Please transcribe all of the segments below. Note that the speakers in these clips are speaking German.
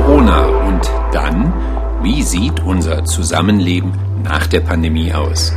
Corona und dann, wie sieht unser Zusammenleben nach der Pandemie aus?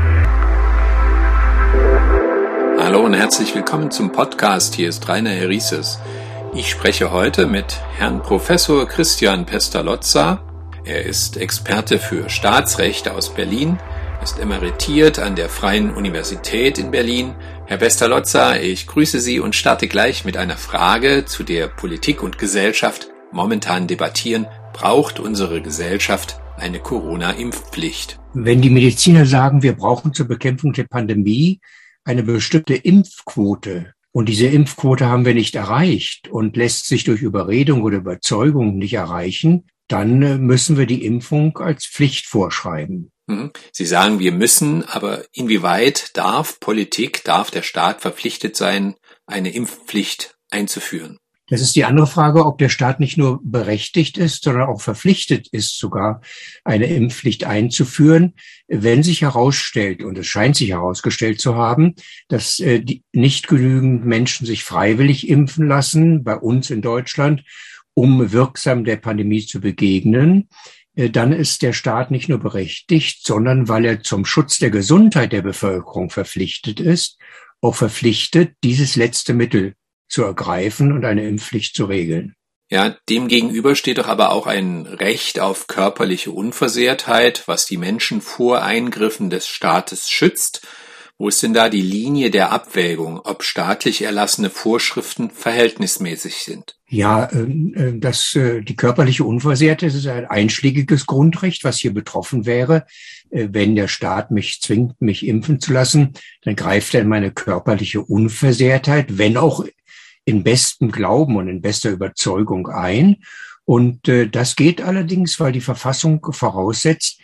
Hallo und herzlich willkommen zum Podcast. Hier ist Rainer Herises. Ich spreche heute mit Herrn Professor Christian Pestalozza. Er ist Experte für Staatsrecht aus Berlin, ist emeritiert an der Freien Universität in Berlin. Herr Pestalozza, ich grüße Sie und starte gleich mit einer Frage, zu der Politik und Gesellschaft momentan debattieren. Braucht unsere Gesellschaft eine Corona-Impfpflicht? Wenn die Mediziner sagen, wir brauchen zur Bekämpfung der Pandemie eine bestimmte Impfquote und diese Impfquote haben wir nicht erreicht und lässt sich durch Überredung oder Überzeugung nicht erreichen, dann müssen wir die Impfung als Pflicht vorschreiben. Sie sagen, wir müssen, aber inwieweit darf der Staat verpflichtet sein, eine Impfpflicht einzuführen? Das ist die andere Frage, ob der Staat nicht nur berechtigt ist, sondern auch verpflichtet ist, sogar eine Impfpflicht einzuführen, wenn sich herausstellt, und es scheint sich herausgestellt zu haben, dass nicht genügend Menschen sich freiwillig impfen lassen, bei uns in Deutschland, um wirksam der Pandemie zu begegnen. Dann ist der Staat nicht nur berechtigt, sondern weil er zum Schutz der Gesundheit der Bevölkerung verpflichtet ist, auch verpflichtet, dieses letzte Mittel zu ergreifen und eine Impfpflicht zu regeln. Ja, dem gegenüber steht doch aber auch ein Recht auf körperliche Unversehrtheit, was die Menschen vor Eingriffen des Staates schützt. Wo ist denn da die Linie der Abwägung, ob staatlich erlassene Vorschriften verhältnismäßig sind? Ja, die körperliche Unversehrtheit ist ein einschlägiges Grundrecht, was hier betroffen wäre. Wenn der Staat mich zwingt, mich impfen zu lassen, dann greift er in meine körperliche Unversehrtheit, wenn auch in bestem Glauben und in bester Überzeugung ein. Und das geht allerdings, weil die Verfassung voraussetzt,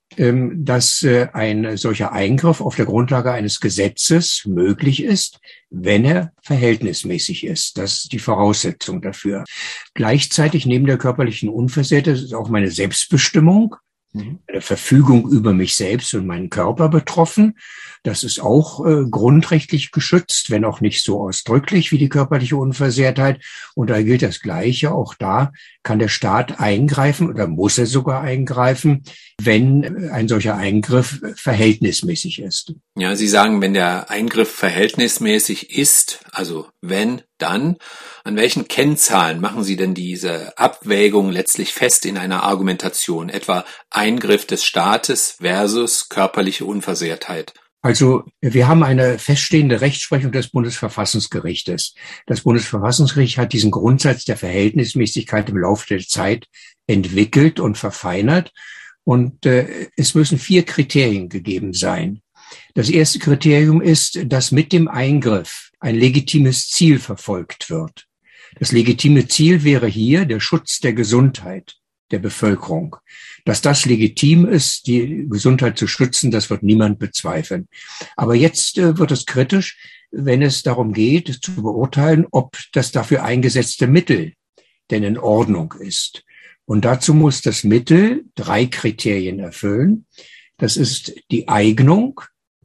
dass ein solcher Eingriff auf der Grundlage eines Gesetzes möglich ist, wenn er verhältnismäßig ist. Das ist die Voraussetzung dafür. Gleichzeitig neben der körperlichen Unversehrtheit ist auch meine Selbstbestimmung, eine Verfügung über mich selbst und meinen Körper betroffen. Das ist auch grundrechtlich geschützt, wenn auch nicht so ausdrücklich wie die körperliche Unversehrtheit. Und da gilt das Gleiche. Auch da kann der Staat eingreifen oder muss er sogar eingreifen, wenn ein solcher Eingriff verhältnismäßig ist. Ja, Sie sagen, wenn der Eingriff verhältnismäßig ist, also wenn, dann, an welchen Kennzahlen machen Sie denn diese Abwägung letztlich fest in einer Argumentation, etwa Eingriff des Staates versus körperliche Unversehrtheit? Also wir haben eine feststehende Rechtsprechung des Bundesverfassungsgerichtes. Das Bundesverfassungsgericht hat diesen Grundsatz der Verhältnismäßigkeit im Laufe der Zeit entwickelt und verfeinert. Und es müssen 4 Kriterien gegeben sein. Das erste Kriterium ist, dass mit dem Eingriff ein legitimes Ziel verfolgt wird. Das legitime Ziel wäre hier der Schutz der Gesundheit der Bevölkerung. Dass das legitim ist, die Gesundheit zu schützen, das wird niemand bezweifeln. Aber jetzt wird es kritisch, wenn es darum geht, zu beurteilen, ob das dafür eingesetzte Mittel denn in Ordnung ist. Und dazu muss das Mittel 3 Kriterien erfüllen. Das ist die Eignung,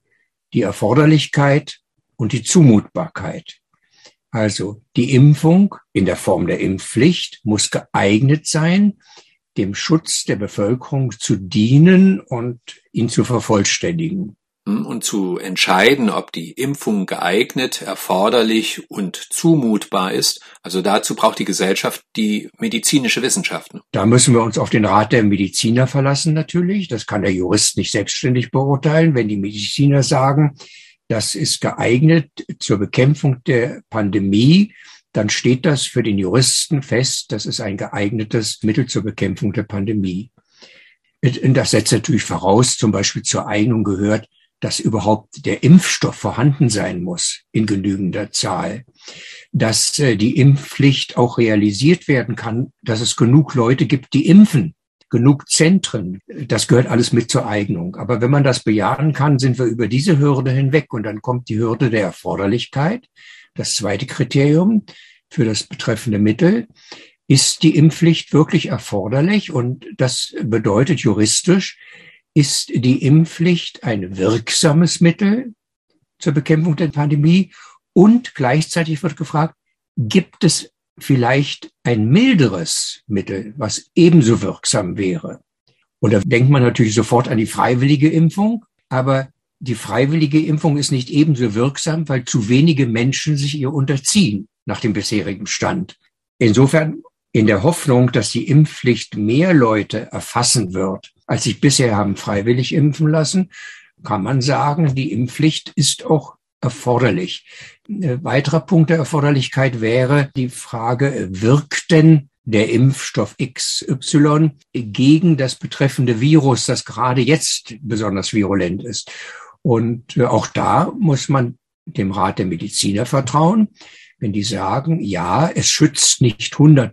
die Erforderlichkeit und die Zumutbarkeit. Also die Impfung in der Form der Impfpflicht muss geeignet sein, dem Schutz der Bevölkerung zu dienen und ihn zu vervollständigen. Und zu entscheiden, ob die Impfung geeignet, erforderlich und zumutbar ist, also dazu braucht die Gesellschaft die medizinische Wissenschaft. Da müssen wir uns auf den Rat der Mediziner verlassen natürlich. Das kann der Jurist nicht selbstständig beurteilen. Wenn die Mediziner sagen, das ist geeignet zur Bekämpfung der Pandemie, dann steht das für den Juristen fest, das ist ein geeignetes Mittel zur Bekämpfung der Pandemie. Das setzt natürlich voraus, zum Beispiel zur Eignung gehört, dass überhaupt der Impfstoff vorhanden sein muss in genügender Zahl, dass die Impfpflicht auch realisiert werden kann, dass es genug Leute gibt, die impfen, genug Zentren. Das gehört alles mit zur Eignung. Aber wenn man das bejahen kann, sind wir über diese Hürde hinweg und dann kommt die Hürde der Erforderlichkeit. Das zweite Kriterium für das betreffende Mittel: Ist die Impfpflicht wirklich erforderlich? Und das bedeutet juristisch, ist die Impfpflicht ein wirksames Mittel zur Bekämpfung der Pandemie? Und gleichzeitig wird gefragt, gibt es vielleicht ein milderes Mittel, was ebenso wirksam wäre. Und da denkt man natürlich sofort an die freiwillige Impfung, aber die freiwillige Impfung ist nicht ebenso wirksam, weil zu wenige Menschen sich ihr unterziehen nach dem bisherigen Stand. Insofern, in der Hoffnung, dass die Impfpflicht mehr Leute erfassen wird, als sich bisher haben freiwillig impfen lassen, kann man sagen, die Impfpflicht ist auch erforderlich. Ein weiterer Punkt der Erforderlichkeit wäre die Frage, wirkt denn der Impfstoff XY gegen das betreffende Virus, das gerade jetzt besonders virulent ist? Und auch da muss man dem Rat der Mediziner vertrauen, wenn die sagen, ja, es schützt nicht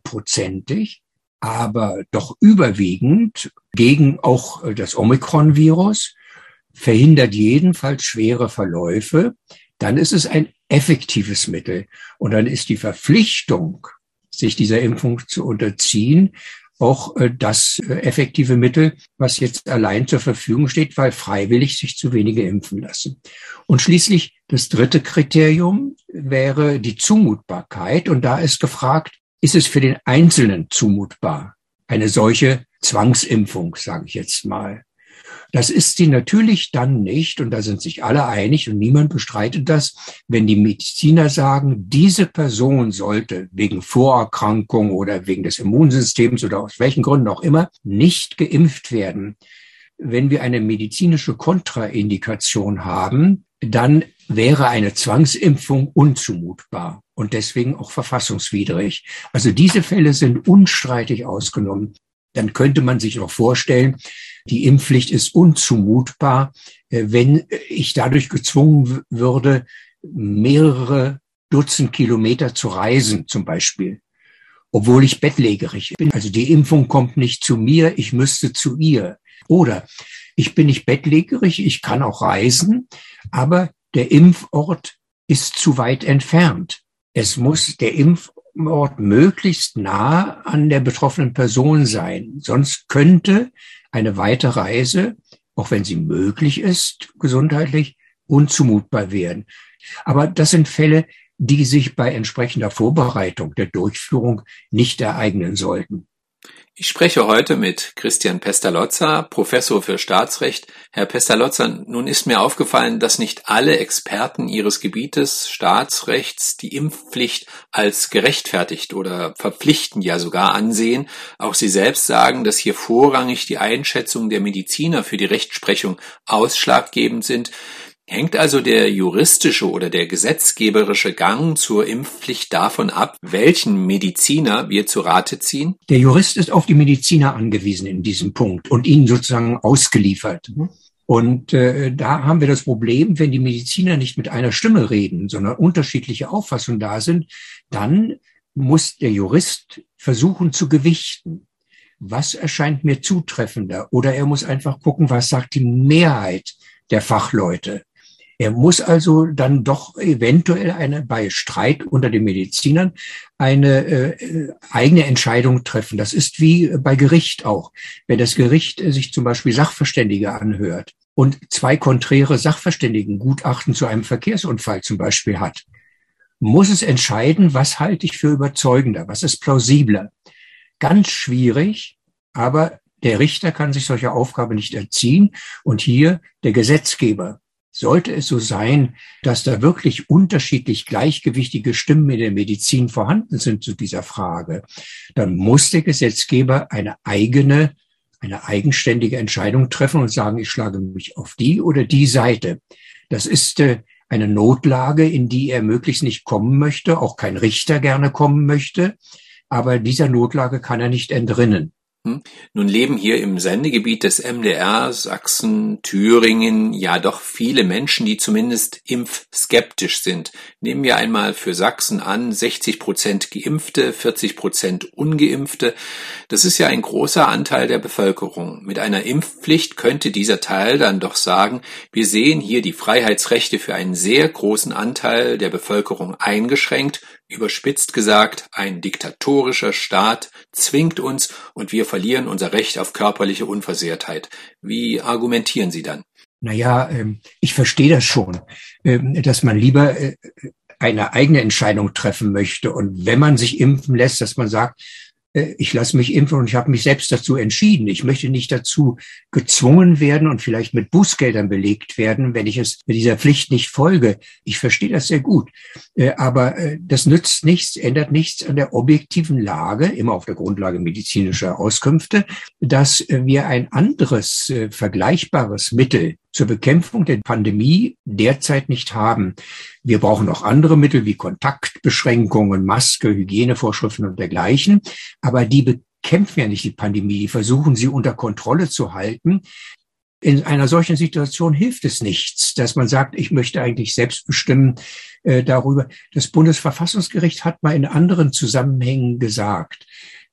100%, aber doch überwiegend gegen auch das Omikron-Virus, verhindert jedenfalls schwere Verläufe, dann ist es ein effektives Mittel. Und dann ist die Verpflichtung, sich dieser Impfung zu unterziehen, auch das effektive Mittel, was jetzt allein zur Verfügung steht, weil freiwillig sich zu wenige impfen lassen. Und schließlich das dritte Kriterium wäre die Zumutbarkeit. Und da ist gefragt, ist es für den Einzelnen zumutbar? Eine solche Zwangsimpfung, sage ich jetzt mal. Das ist sie natürlich dann nicht, und da sind sich alle einig und niemand bestreitet das, wenn die Mediziner sagen, diese Person sollte wegen Vorerkrankung oder wegen des Immunsystems oder aus welchen Gründen auch immer nicht geimpft werden. Wenn wir eine medizinische Kontraindikation haben, dann wäre eine Zwangsimpfung unzumutbar und deswegen auch verfassungswidrig. Also diese Fälle sind unstreitig ausgenommen. Dann könnte man sich noch vorstellen, die Impfpflicht ist unzumutbar, wenn ich dadurch gezwungen würde, mehrere Dutzend Kilometer zu reisen, zum Beispiel, obwohl ich bettlägerig bin. Also die Impfung kommt nicht zu mir, ich müsste zu ihr. Oder ich bin nicht bettlägerig, ich kann auch reisen, aber der Impfort ist zu weit entfernt. Es muss der Impfort möglichst nah an der betroffenen Person sein. Sonst könnte eine weite Reise, auch wenn sie möglich ist, gesundheitlich, unzumutbar werden. Aber das sind Fälle, die sich bei entsprechender Vorbereitung der Durchführung nicht ereignen sollten. Ich spreche heute mit Christian Pestalozza, Professor für Staatsrecht. Herr Pestalozza, nun ist mir aufgefallen, dass nicht alle Experten Ihres Gebietes Staatsrechts die Impfpflicht als gerechtfertigt oder verpflichtend ja sogar ansehen. Auch Sie selbst sagen, dass hier vorrangig die Einschätzung der Mediziner für die Rechtsprechung ausschlaggebend sind. Hängt also der juristische oder der gesetzgeberische Gang zur Impfpflicht davon ab, welchen Mediziner wir zu Rate ziehen? Der Jurist ist auf die Mediziner angewiesen in diesem Punkt und ihnen sozusagen ausgeliefert. Und da haben wir das Problem, wenn die Mediziner nicht mit einer Stimme reden, sondern unterschiedliche Auffassungen da sind, dann muss der Jurist versuchen zu gewichten. Was erscheint mir zutreffender? Oder er muss einfach gucken, was sagt die Mehrheit der Fachleute. Er muss also dann doch eventuell bei Streit unter den Medizinern eine eigene Entscheidung treffen. Das ist wie bei Gericht auch. Wenn das Gericht sich zum Beispiel Sachverständige anhört und zwei konträre Sachverständigengutachten zu einem Verkehrsunfall zum Beispiel hat, muss es entscheiden, was halte ich für überzeugender, was ist plausibler. Ganz schwierig, aber der Richter kann sich solcher Aufgabe nicht entziehen und hier der Gesetzgeber. Sollte es so sein, dass da wirklich unterschiedlich gleichgewichtige Stimmen in der Medizin vorhanden sind zu dieser Frage, dann muss der Gesetzgeber eine eigenständige Entscheidung treffen und sagen, ich schlage mich auf die oder die Seite. Das ist eine Notlage, in die er möglichst nicht kommen möchte, auch kein Richter gerne kommen möchte, aber dieser Notlage kann er nicht entrinnen. Nun leben hier im Sendegebiet des MDR Sachsen, Thüringen ja doch viele Menschen, die zumindest impfskeptisch sind. Nehmen wir einmal für Sachsen an, 60% Geimpfte, 40% Ungeimpfte. Das ist ja ein großer Anteil der Bevölkerung. Mit einer Impfpflicht könnte dieser Teil dann doch sagen, wir sehen hier die Freiheitsrechte für einen sehr großen Anteil der Bevölkerung eingeschränkt. Überspitzt gesagt, ein diktatorischer Staat zwingt uns und wir verlieren unser Recht auf körperliche Unversehrtheit. Wie argumentieren Sie dann? Naja, ich verstehe das schon, dass man lieber eine eigene Entscheidung treffen möchte. Und wenn man sich impfen lässt, dass man sagt, ich lasse mich impfen und ich habe mich selbst dazu entschieden. Ich möchte nicht dazu gezwungen werden und vielleicht mit Bußgeldern belegt werden, wenn ich es mit dieser Pflicht nicht folge. Ich verstehe das sehr gut. Aber das nützt nichts, ändert nichts an der objektiven Lage, immer auf der Grundlage medizinischer Auskünfte, dass wir ein anderes, vergleichbares Mittel zur Bekämpfung der Pandemie derzeit nicht haben. Wir brauchen auch andere Mittel wie Kontaktbeschränkungen, Maske, Hygienevorschriften und dergleichen. Aber die bekämpfen ja nicht die Pandemie, die versuchen sie unter Kontrolle zu halten. In einer solchen Situation hilft es nichts, dass man sagt, ich möchte eigentlich selbst bestimmen darüber. Das Bundesverfassungsgericht hat mal in anderen Zusammenhängen gesagt,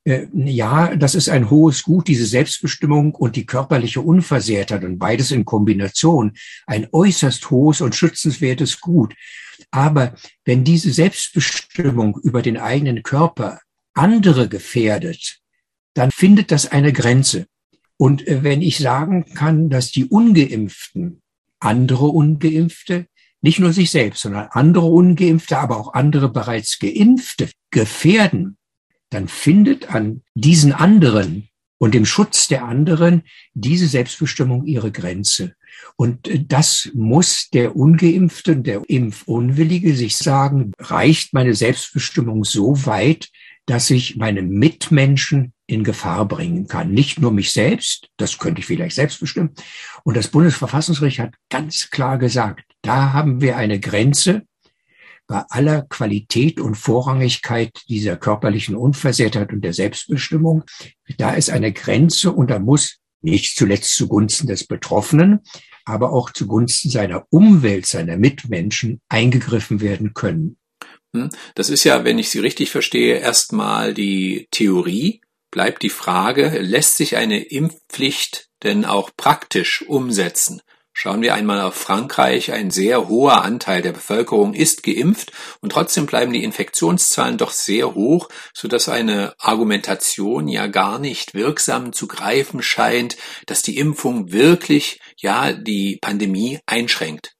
ja, das ist ein hohes Gut, diese Selbstbestimmung und die körperliche Unversehrtheit und beides in Kombination, ein äußerst hohes und schützenswertes Gut. Aber wenn diese Selbstbestimmung über den eigenen Körper andere gefährdet, dann findet das eine Grenze. Und wenn ich sagen kann, dass die Ungeimpften, andere Ungeimpfte, nicht nur sich selbst, sondern andere Ungeimpfte, aber auch andere bereits Geimpfte gefährden, dann findet an diesen anderen und dem Schutz der anderen diese Selbstbestimmung ihre Grenze. Und das muss der Ungeimpfte und der Impfunwillige sich sagen, reicht meine Selbstbestimmung so weit, dass ich meine Mitmenschen in Gefahr bringen kann. Nicht nur mich selbst, das könnte ich vielleicht selbst bestimmen. Und das Bundesverfassungsgericht hat ganz klar gesagt, da haben wir eine Grenze, bei aller Qualität und Vorrangigkeit dieser körperlichen Unversehrtheit und der Selbstbestimmung, da ist eine Grenze und da muss nicht zuletzt zugunsten des Betroffenen, aber auch zugunsten seiner Umwelt, seiner Mitmenschen eingegriffen werden können. Das ist ja, wenn ich Sie richtig verstehe, erstmal die Theorie. Bleibt die Frage, lässt sich eine Impfpflicht denn auch praktisch umsetzen? Schauen wir einmal auf Frankreich. Ein sehr hoher Anteil der Bevölkerung ist geimpft und trotzdem bleiben die Infektionszahlen doch sehr hoch, sodass eine Argumentation ja gar nicht wirksam zu greifen scheint, dass die Impfung wirklich die Pandemie einschränkt.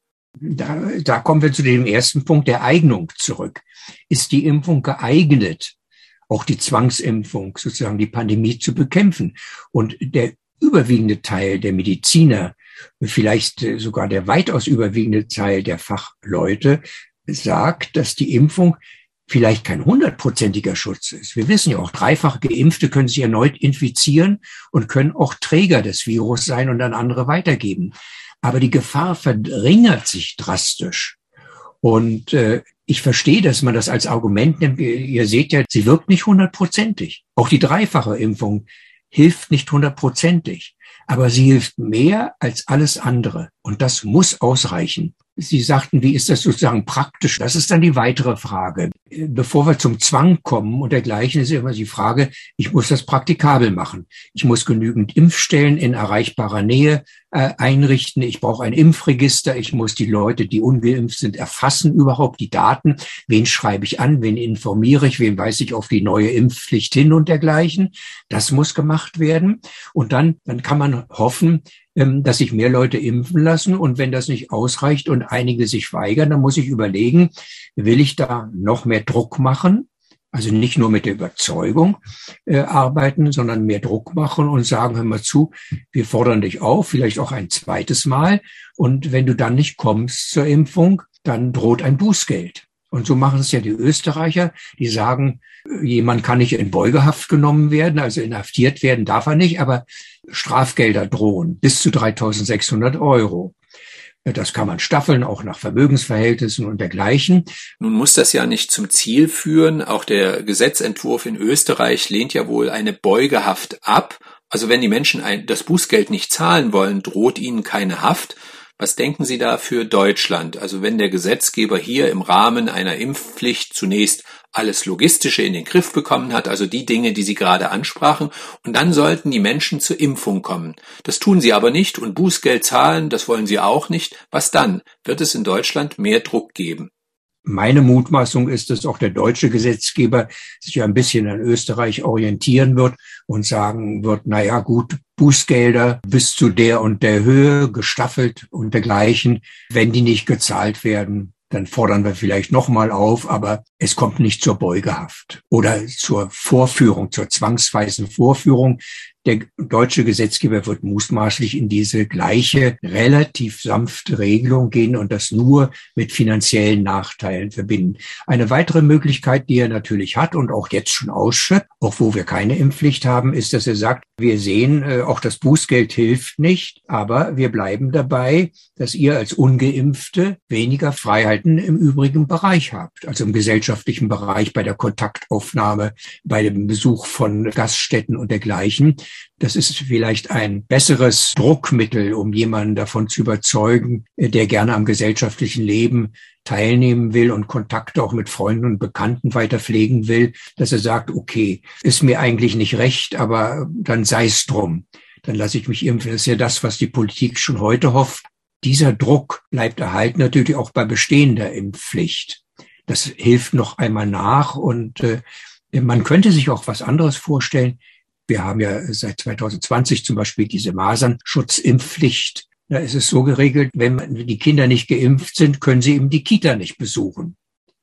Da kommen wir zu dem ersten Punkt der Eignung zurück. Ist die Impfung geeignet, auch die Zwangsimpfung, sozusagen die Pandemie zu bekämpfen? Und der überwiegende Teil der Mediziner, vielleicht sogar der weitaus überwiegende Teil der Fachleute sagt, dass die Impfung vielleicht kein 100%iger Schutz ist. Wir wissen ja auch, dreifach Geimpfte können sich erneut infizieren und können auch Träger des Virus sein und an andere weitergeben. Aber die Gefahr verringert sich drastisch. Und ich verstehe, dass man das als Argument nimmt. Ihr seht ja, sie wirkt nicht 100%ig. Auch die dreifache Impfung hilft nicht 100%ig. Aber sie hilft mehr als alles andere. Und das muss ausreichen. Sie sagten, wie ist das sozusagen praktisch? Das ist dann die weitere Frage. Bevor wir zum Zwang kommen und dergleichen, ist immer die Frage, ich muss das praktikabel machen. Ich muss genügend Impfstellen in erreichbarer Nähe einrichten. Ich brauche ein Impfregister. Ich muss die Leute, die ungeimpft sind, erfassen überhaupt die Daten. Wen schreibe ich an? Wen informiere ich? Wen weise ich auf die neue Impfpflicht hin und dergleichen? Das muss gemacht werden. Und dann kann man hoffen, dass sich mehr Leute impfen lassen. Und wenn das nicht ausreicht und einige sich weigern, dann muss ich überlegen, will ich da noch mehr Druck machen? Also nicht nur mit der Überzeugung arbeiten, sondern mehr Druck machen und sagen, hör mal zu, wir fordern dich auf, vielleicht auch ein zweites Mal. Und wenn du dann nicht kommst zur Impfung, dann droht ein Bußgeld. Und so machen es ja die Österreicher, die sagen, jemand kann nicht in Beugehaft genommen werden, also inhaftiert werden darf er nicht, aber Strafgelder drohen bis zu 3.600 €. Das kann man staffeln, auch nach Vermögensverhältnissen und dergleichen. Nun muss das ja nicht zum Ziel führen. Auch der Gesetzentwurf in Österreich lehnt ja wohl eine Beugehaft ab. Also wenn die Menschen das Bußgeld nicht zahlen wollen, droht ihnen keine Haft. Was denken Sie da für Deutschland? Also wenn der Gesetzgeber hier im Rahmen einer Impfpflicht zunächst alles Logistische in den Griff bekommen hat, also die Dinge, die Sie gerade ansprachen, und dann sollten die Menschen zur Impfung kommen. Das tun sie aber nicht und Bußgeld zahlen, das wollen sie auch nicht. Was dann? Wird es in Deutschland mehr Druck geben? Meine Mutmaßung ist, dass auch der deutsche Gesetzgeber sich ein bisschen an Österreich orientieren wird und sagen wird, na ja, gut, Bußgelder bis zu der und der Höhe, gestaffelt und dergleichen. Wenn die nicht gezahlt werden, dann fordern wir vielleicht nochmal auf, aber es kommt nicht zur Beugehaft oder zur Vorführung, zur zwangsweisen Vorführung. Der deutsche Gesetzgeber wird mutmaßlich in diese gleiche, relativ sanfte Regelung gehen und das nur mit finanziellen Nachteilen verbinden. Eine weitere Möglichkeit, die er natürlich hat und auch jetzt schon ausschöpft, auch wo wir keine Impfpflicht haben, ist, dass er sagt, wir sehen, auch das Bußgeld hilft nicht, aber wir bleiben dabei, dass ihr als Ungeimpfte weniger Freiheiten im übrigen Bereich habt, also im gesellschaftlichen Bereich, bei der Kontaktaufnahme, bei dem Besuch von Gaststätten und dergleichen. Das ist vielleicht ein besseres Druckmittel, um jemanden davon zu überzeugen, der gerne am gesellschaftlichen Leben teilnehmen will und Kontakte auch mit Freunden und Bekannten weiter pflegen will, dass er sagt, okay, ist mir eigentlich nicht recht, aber dann sei es drum. Dann lasse ich mich impfen. Das ist ja das, was die Politik schon heute hofft. Dieser Druck bleibt erhalten, natürlich auch bei bestehender Impfpflicht. Das hilft noch einmal nach und man könnte sich auch was anderes vorstellen. Wir haben ja seit 2020 zum Beispiel diese Masernschutzimpfpflicht. Da ist es so geregelt, wenn die Kinder nicht geimpft sind, können sie eben die Kita nicht besuchen.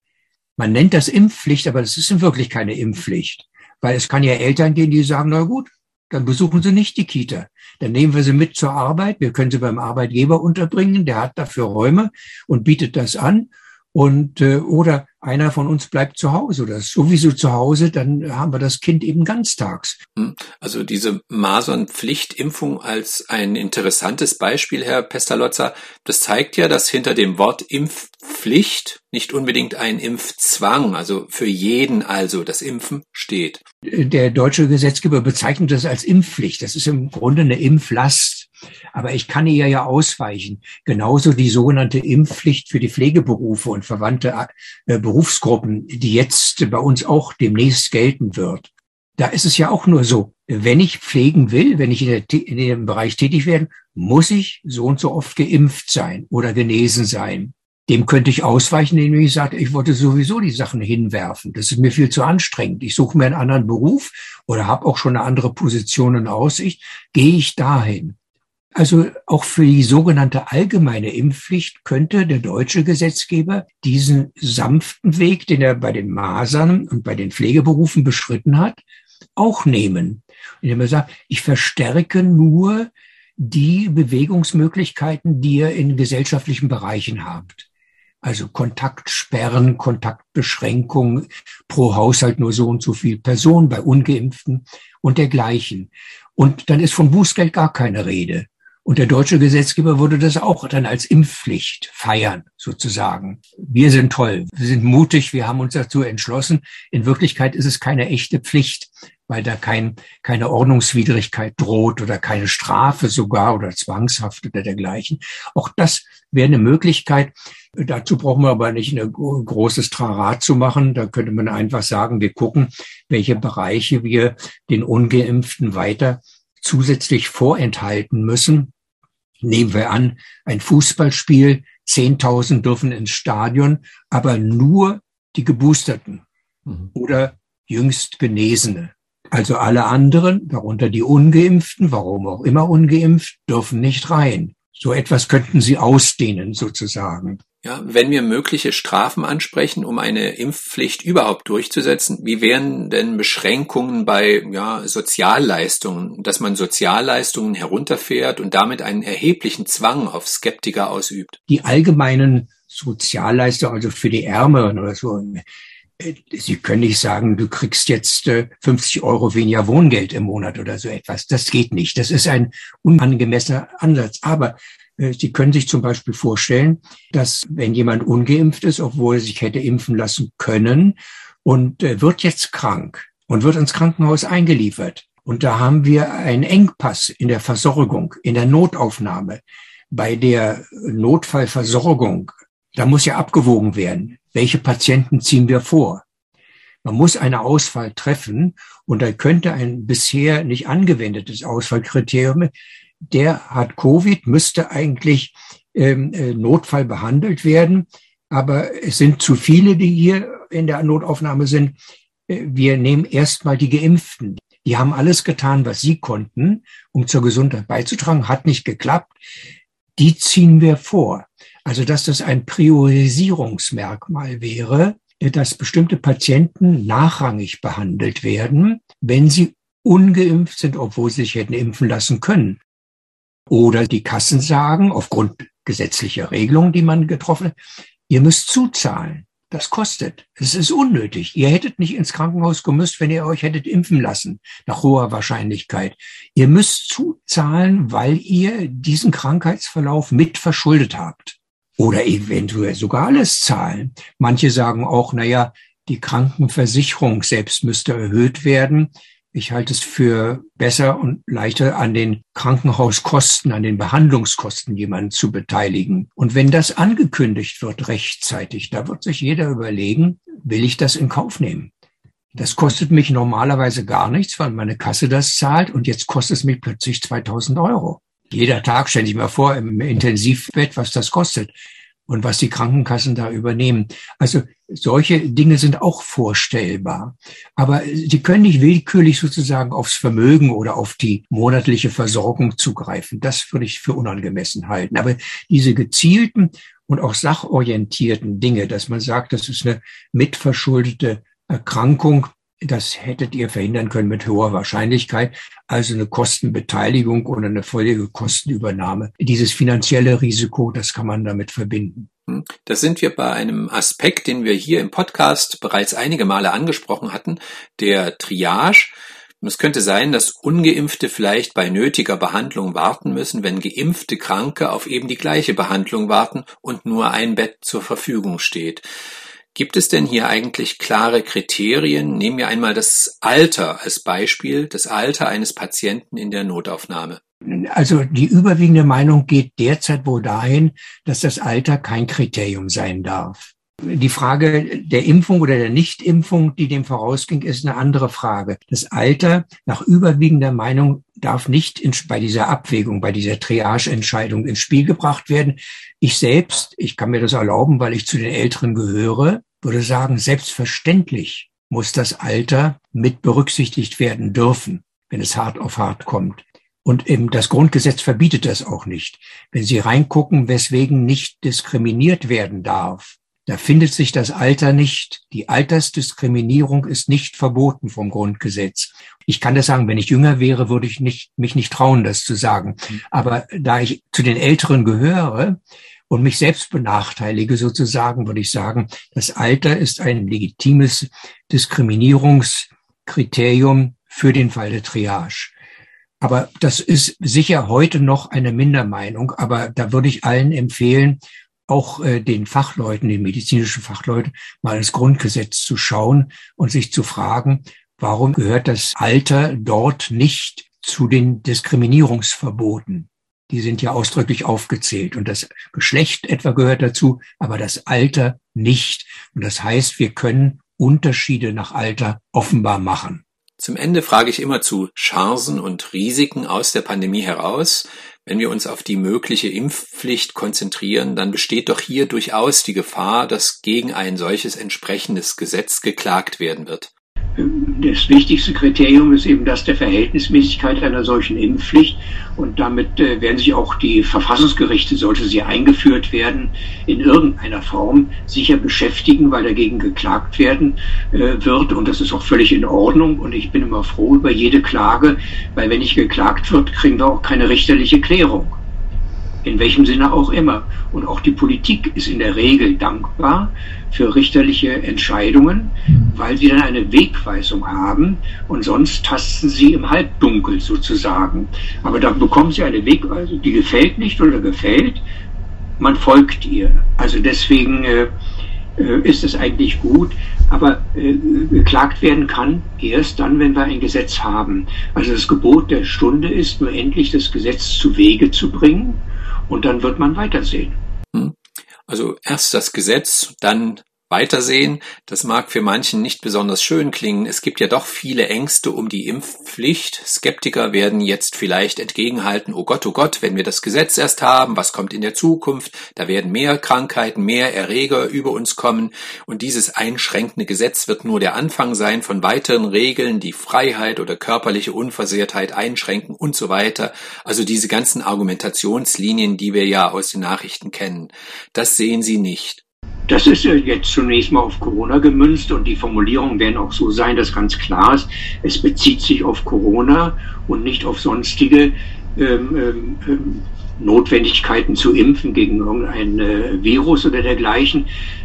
Man nennt das Impfpflicht, aber das ist in wirklich keine Impfpflicht. Weil es kann ja Eltern geben, die sagen, na gut, dann besuchen sie nicht die Kita. Dann nehmen wir sie mit zur Arbeit. Wir können sie beim Arbeitgeber unterbringen. Der hat dafür Räume und bietet das an. Und oder einer von uns bleibt zu Hause oder ist sowieso zu Hause, dann haben wir das Kind eben ganztags. Also diese Masernpflichtimpfung als ein interessantes Beispiel, Herr Pestalozza, das zeigt ja, dass hinter dem Wort Impfpflicht nicht unbedingt ein Impfzwang, also für jeden also das Impfen steht. Der deutsche Gesetzgeber bezeichnet das als Impfpflicht. Das ist im Grunde eine Impflast. Aber ich kann ihr ja ausweichen. Genauso die sogenannte Impfpflicht für die Pflegeberufe und verwandte Berufsgruppen, die jetzt bei uns auch demnächst gelten wird. Da ist es ja auch nur so, wenn ich pflegen will, wenn ich in dem Bereich tätig werde, muss ich so und so oft geimpft sein oder genesen sein. Dem könnte ich ausweichen, indem ich sage, ich wollte sowieso die Sachen hinwerfen. Das ist mir viel zu anstrengend. Ich suche mir einen anderen Beruf oder habe auch schon eine andere Position in Aussicht. Gehe ich dahin? Also auch für die sogenannte allgemeine Impfpflicht könnte der deutsche Gesetzgeber diesen sanften Weg, den er bei den Masern und bei den Pflegeberufen beschritten hat, auch nehmen. Indem er sagt, ich verstärke nur die Bewegungsmöglichkeiten, die ihr in gesellschaftlichen Bereichen habt. Also Kontaktsperren, Kontaktbeschränkungen, pro Haushalt nur so und so viel Personen, bei Ungeimpften und dergleichen. Und dann ist von Bußgeld gar keine Rede. Und der deutsche Gesetzgeber würde das auch dann als Impfpflicht feiern, sozusagen. Wir sind toll, wir sind mutig, wir haben uns dazu entschlossen. In Wirklichkeit ist es keine echte Pflicht, weil da keine Ordnungswidrigkeit droht oder keine Strafe sogar oder zwangshaft oder dergleichen. Auch das wäre eine Möglichkeit. Dazu brauchen wir aber nicht ein großes Trara zu machen. Da könnte man einfach sagen, wir gucken, welche Bereiche wir den Ungeimpften weiter zusätzlich vorenthalten müssen. Nehmen wir an, ein Fußballspiel, 10.000 dürfen ins Stadion, aber nur die Geboosterten oder jüngst Genesene. Also alle anderen, darunter die Ungeimpften, warum auch immer ungeimpft, dürfen nicht rein. So etwas könnten Sie ausdehnen sozusagen. Ja, wenn wir mögliche Strafen ansprechen, um eine Impfpflicht überhaupt durchzusetzen, wie wären denn Beschränkungen bei Sozialleistungen, dass man Sozialleistungen herunterfährt und damit einen erheblichen Zwang auf Skeptiker ausübt? Die allgemeinen Sozialleistungen, also für die Ärmeren oder so, Sie können nicht sagen, du kriegst jetzt 50 € weniger Wohngeld im Monat oder so etwas. Das geht nicht. Das ist ein unangemessener Ansatz. Aber Sie können sich zum Beispiel vorstellen, dass wenn jemand ungeimpft ist, obwohl er sich hätte impfen lassen können und wird jetzt krank und wird ins Krankenhaus eingeliefert. Und da haben wir einen Engpass in der Versorgung, in der Notaufnahme. Bei der Notfallversorgung, da muss ja abgewogen werden. Welche Patienten ziehen wir vor? Man muss eine Auswahl treffen und da könnte ein bisher nicht angewendetes Auswahlkriterium, der hat Covid, müsste eigentlich Notfall behandelt werden, aber es sind zu viele, die hier in der Notaufnahme sind. Wir nehmen erstmal die Geimpften. Die haben alles getan, was sie konnten, um zur Gesundheit beizutragen, hat nicht geklappt. Die ziehen wir vor. Also dass das ein Priorisierungsmerkmal wäre, dass bestimmte Patienten nachrangig behandelt werden, wenn sie ungeimpft sind, obwohl sie sich hätten impfen lassen können. Oder die Kassen sagen, aufgrund gesetzlicher Regelungen, die man getroffen hat, ihr müsst zuzahlen. Das kostet. Es ist unnötig. Ihr hättet nicht ins Krankenhaus gemüsst, wenn ihr euch hättet impfen lassen, nach hoher Wahrscheinlichkeit. Ihr müsst zuzahlen, weil ihr diesen Krankheitsverlauf mit verschuldet habt. Oder eventuell sogar alles zahlen. Manche sagen auch, naja, die Krankenversicherung selbst müsste erhöht werden. Ich halte es für besser und leichter, an den Krankenhauskosten, an den Behandlungskosten jemanden zu beteiligen. Und wenn das angekündigt wird rechtzeitig, da wird sich jeder überlegen, will ich das in Kauf nehmen? Das kostet mich normalerweise gar nichts, weil meine Kasse das zahlt und jetzt kostet es mich plötzlich 2.000 Euro. Jeder Tag stelle ich mir vor, im Intensivbett, was das kostet und was die Krankenkassen da übernehmen. Also solche Dinge sind auch vorstellbar. Aber sie können nicht willkürlich sozusagen aufs Vermögen oder auf die monatliche Versorgung zugreifen. Das würde ich für unangemessen halten. Aber diese gezielten und auch sachorientierten Dinge, dass man sagt, das ist eine mitverschuldete Erkrankung, das hättet ihr verhindern können mit hoher Wahrscheinlichkeit. Also eine Kostenbeteiligung oder eine völlige Kostenübernahme. Dieses finanzielle Risiko, das kann man damit verbinden. Da sind wir bei einem Aspekt, den wir hier im Podcast bereits einige Male angesprochen hatten, der Triage. Und es könnte sein, dass Ungeimpfte vielleicht bei nötiger Behandlung warten müssen, wenn geimpfte Kranke auf eben die gleiche Behandlung warten und nur ein Bett zur Verfügung steht. Gibt es denn hier eigentlich klare Kriterien? Nehmen wir einmal das Alter als Beispiel, das Alter eines Patienten in der Notaufnahme. Also die überwiegende Meinung geht derzeit wohl dahin, dass das Alter kein Kriterium sein darf. Die Frage der Impfung oder der Nichtimpfung, die dem vorausging, ist eine andere Frage. Das Alter nach überwiegender Meinung darf nicht bei dieser Abwägung, bei dieser Triage-Entscheidung ins Spiel gebracht werden. Ich kann mir das erlauben, weil ich zu den Älteren gehöre, würde sagen, selbstverständlich muss das Alter mit berücksichtigt werden dürfen, wenn es hart auf hart kommt. Und eben das Grundgesetz verbietet das auch nicht. Wenn Sie reingucken, weswegen nicht diskriminiert werden darf, da findet sich das Alter nicht. Die Altersdiskriminierung ist nicht verboten vom Grundgesetz. Ich kann das sagen, wenn ich jünger wäre, würde ich mich nicht trauen, das zu sagen. Aber da ich zu den Älteren gehöre und mich selbst benachteilige sozusagen, würde ich sagen, das Alter ist ein legitimes Diskriminierungskriterium für den Fall der Triage. Aber das ist sicher heute noch eine Mindermeinung, aber da würde ich allen empfehlen, auch den Fachleuten, den medizinischen Fachleuten, mal ins Grundgesetz zu schauen und sich zu fragen, warum gehört das Alter dort nicht zu den Diskriminierungsverboten? Die sind ja ausdrücklich aufgezählt und das Geschlecht etwa gehört dazu, aber das Alter nicht. Und das heißt, wir können Unterschiede nach Alter offenbar machen. Zum Ende frage ich immer zu Chancen und Risiken aus der Pandemie heraus. Wenn wir uns auf die mögliche Impfpflicht konzentrieren, dann besteht doch hier durchaus die Gefahr, dass gegen ein solches entsprechendes Gesetz geklagt werden wird. Das wichtigste Kriterium ist eben das der Verhältnismäßigkeit einer solchen Impfpflicht und damit werden sich auch die Verfassungsgerichte, sollte sie eingeführt werden, in irgendeiner Form sicher beschäftigen, weil dagegen geklagt werden wird und das ist auch völlig in Ordnung und ich bin immer froh über jede Klage, weil wenn nicht geklagt wird, kriegen wir auch keine richterliche Klärung. In welchem Sinne auch immer. Und auch die Politik ist in der Regel dankbar für richterliche Entscheidungen, weil sie dann eine Wegweisung haben und sonst tasten sie im Halbdunkel sozusagen. Aber da bekommen sie eine Wegweisung, die gefällt nicht oder gefällt, man folgt ihr. Also deswegen ist es eigentlich gut, aber geklagt werden kann erst dann, wenn wir ein Gesetz haben. Also das Gebot der Stunde ist, nur endlich das Gesetz zu Wege zu bringen und dann wird man weitersehen. Also erst das Gesetz, dann weitersehen. Das mag für manchen nicht besonders schön klingen. Es gibt ja doch viele Ängste um die Impfpflicht. Skeptiker werden jetzt vielleicht entgegenhalten, oh Gott, wenn wir das Gesetz erst haben, was kommt in der Zukunft? Da werden mehr Krankheiten, mehr Erreger über uns kommen. Und dieses einschränkende Gesetz wird nur der Anfang sein von weiteren Regeln, die Freiheit oder körperliche Unversehrtheit einschränken und so weiter. Also diese ganzen Argumentationslinien, die wir ja aus den Nachrichten kennen. Das sehen Sie nicht. Das ist jetzt zunächst mal auf Corona gemünzt und die Formulierungen werden auch so sein, dass ganz klar ist, es bezieht sich auf Corona und nicht auf sonstige Notwendigkeiten zu impfen gegen irgendein Virus oder dergleichen.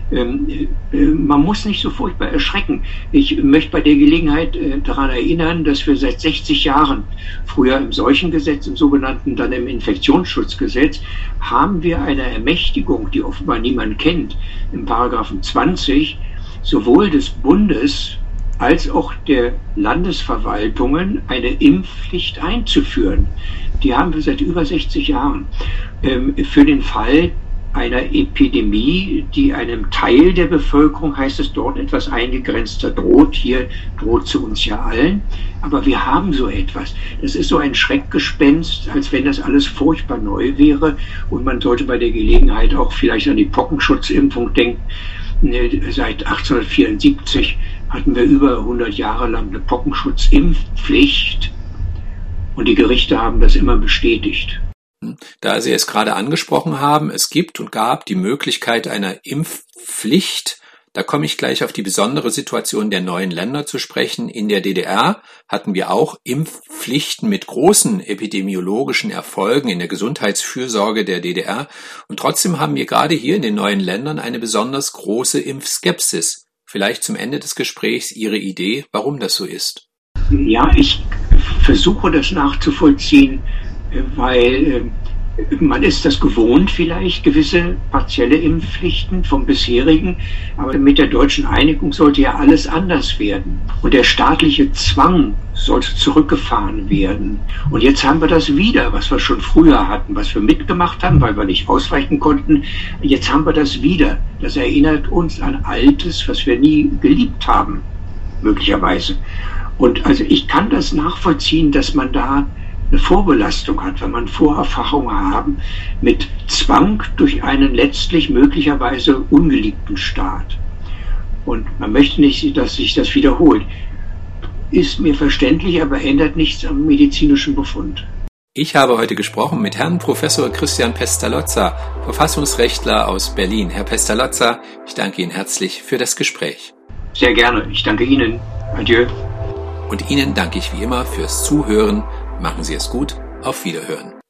Man muss nicht so furchtbar erschrecken. Ich möchte bei der Gelegenheit daran erinnern, dass wir seit 60 Jahren, früher im Seuchengesetz, im sogenannten, dann im Infektionsschutzgesetz, haben wir eine Ermächtigung, die offenbar niemand kennt, im Paragraphen 20, sowohl des Bundes als auch der Landesverwaltungen eine Impfpflicht einzuführen. Die haben wir seit über 60 Jahren. Für den Fall einer Epidemie, die einem Teil der Bevölkerung, heißt es dort, etwas eingegrenzter droht. Hier droht zu uns ja allen. Aber wir haben so etwas. Das ist so ein Schreckgespenst, als wenn das alles furchtbar neu wäre. Und man sollte bei der Gelegenheit auch vielleicht an die Pockenschutzimpfung denken. Seit 1874 hatten wir über 100 Jahre lang eine Pockenschutzimpfpflicht. Und die Gerichte haben das immer bestätigt. Da Sie es gerade angesprochen haben, es gibt und gab die Möglichkeit einer Impfpflicht. Da komme ich gleich auf die besondere Situation der neuen Länder zu sprechen. In der DDR hatten wir auch Impfpflichten mit großen epidemiologischen Erfolgen in der Gesundheitsfürsorge der DDR. Und trotzdem haben wir gerade hier in den neuen Ländern eine besonders große Impfskepsis. Vielleicht zum Ende des Gesprächs Ihre Idee, warum das so ist. Ja, ich versuche das nachzuvollziehen, weil man ist das gewohnt vielleicht, gewisse partielle Impfpflichten vom bisherigen, aber mit der deutschen Einigung sollte ja alles anders werden. Und der staatliche Zwang sollte zurückgefahren werden. Und jetzt haben wir das wieder, was wir schon früher hatten, was wir mitgemacht haben, weil wir nicht ausweichen konnten. Jetzt haben wir das wieder. Das erinnert uns an Altes, was wir nie geliebt haben, möglicherweise. Und also ich kann das nachvollziehen, dass man da eine Vorbelastung hat, wenn man Vorerfahrungen haben mit Zwang durch einen letztlich möglicherweise ungeliebten Staat. Und man möchte nicht, dass sich das wiederholt. Ist mir verständlich, aber ändert nichts am medizinischen Befund. Ich habe heute gesprochen mit Herrn Professor Christian Pestalozza, Verfassungsrechtler aus Berlin. Herr Pestalozza, ich danke Ihnen herzlich für das Gespräch. Sehr gerne. Ich danke Ihnen. Adieu. Und Ihnen danke ich wie immer fürs Zuhören. Machen Sie es gut. Auf Wiederhören.